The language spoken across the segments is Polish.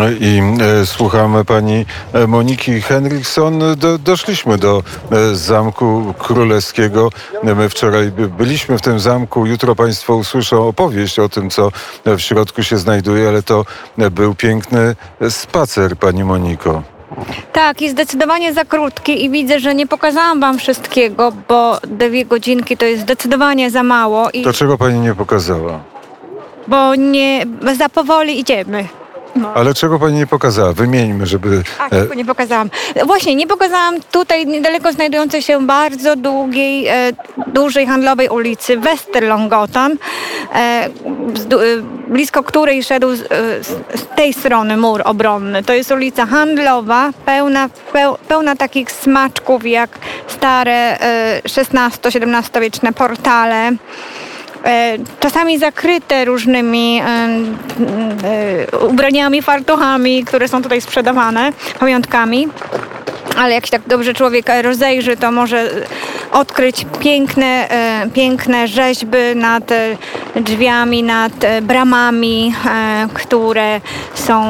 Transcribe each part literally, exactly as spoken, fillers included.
I e, słuchamy pani Moniki Henriksson. Do, doszliśmy do e, Zamku Królewskiego. My wczoraj by, byliśmy w tym zamku. Jutro państwo usłyszą opowieść o tym, co w środku się znajduje, ale to był piękny spacer, pani Moniko. Tak, i zdecydowanie za krótki i widzę, że nie pokazałam wam wszystkiego, bo dwie godzinki to jest zdecydowanie za mało. I Dlaczego pani nie pokazała? bo nie, za powoli idziemy. No. Ale czego pani nie pokazała? Wymieńmy, żeby... A, tylko nie pokazałam. Właśnie, nie pokazałam tutaj niedaleko znajdującej się bardzo długiej, e, dużej handlowej ulicy Westerlånggatan, e, z, e, blisko której szedł z, z tej strony mur obronny. To jest ulica handlowa, pełna, peł, pełna takich smaczków jak stare e, szesnasto-siedemnastowieczne portale. Czasami zakryte różnymi e, e, ubraniami, fartuchami, które są tutaj sprzedawane, pamiątkami. Ale jak się tak dobrze człowiek rozejrzy, to może odkryć piękne, e, piękne rzeźby nad e, drzwiami, nad e, bramami, e, które są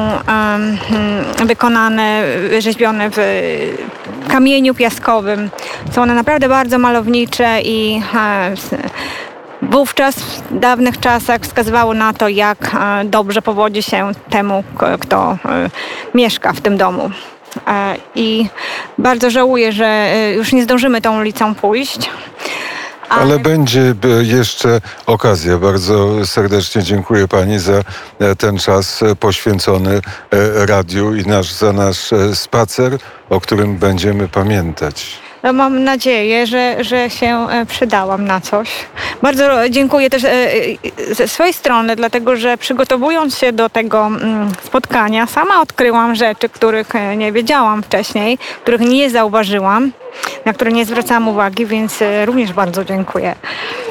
e, wykonane, rzeźbione w kamieniu piaskowym. Są one naprawdę bardzo malownicze i e, wówczas, w dawnych czasach wskazywało na to, jak dobrze powodzi się temu, kto mieszka w tym domu. I bardzo żałuję, że już nie zdążymy tą ulicą pójść. Ale, Ale będzie jeszcze okazja. Bardzo serdecznie dziękuję pani za ten czas poświęcony radiu i nasz, za nasz spacer, o którym będziemy pamiętać. No, mam nadzieję, że, że się przydałam na coś. Bardzo dziękuję też ze swojej strony, dlatego że przygotowując się do tego spotkania, sama odkryłam rzeczy, których nie wiedziałam wcześniej, których nie zauważyłam, na które nie zwracałam uwagi, więc również bardzo dziękuję.